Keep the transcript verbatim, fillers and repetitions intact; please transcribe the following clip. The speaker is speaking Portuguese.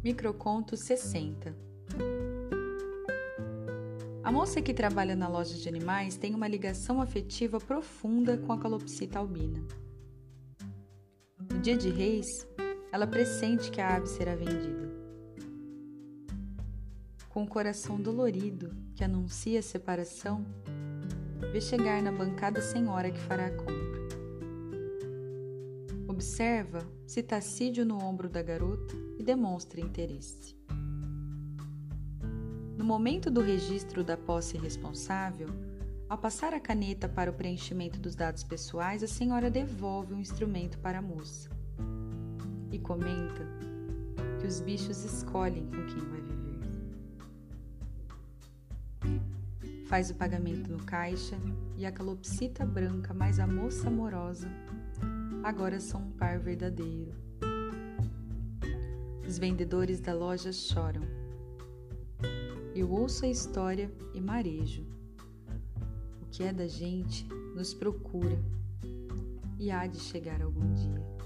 Microconto sessenta. A moça que trabalha na loja de animais tem uma ligação afetiva profunda com a calopsita albina. No dia de Reis, ela pressente que a ave será vendida. Com o coração dolorido que anuncia a separação, vê chegar na bancada a senhora que fará a compra. Observa se Tacídio no ombro da garota e demonstra interesse. No momento do registro da posse responsável, ao passar a caneta para o preenchimento dos dados pessoais, a senhora devolve o instrumento para a moça e comenta que os bichos escolhem com quem vai viver. Faz o pagamento no caixa e a calopsita branca mais a moça amorosa agora são um par verdadeiro. Os vendedores da loja choram. Eu ouço a história e marejo. O que é da gente nos procura e há de chegar algum dia.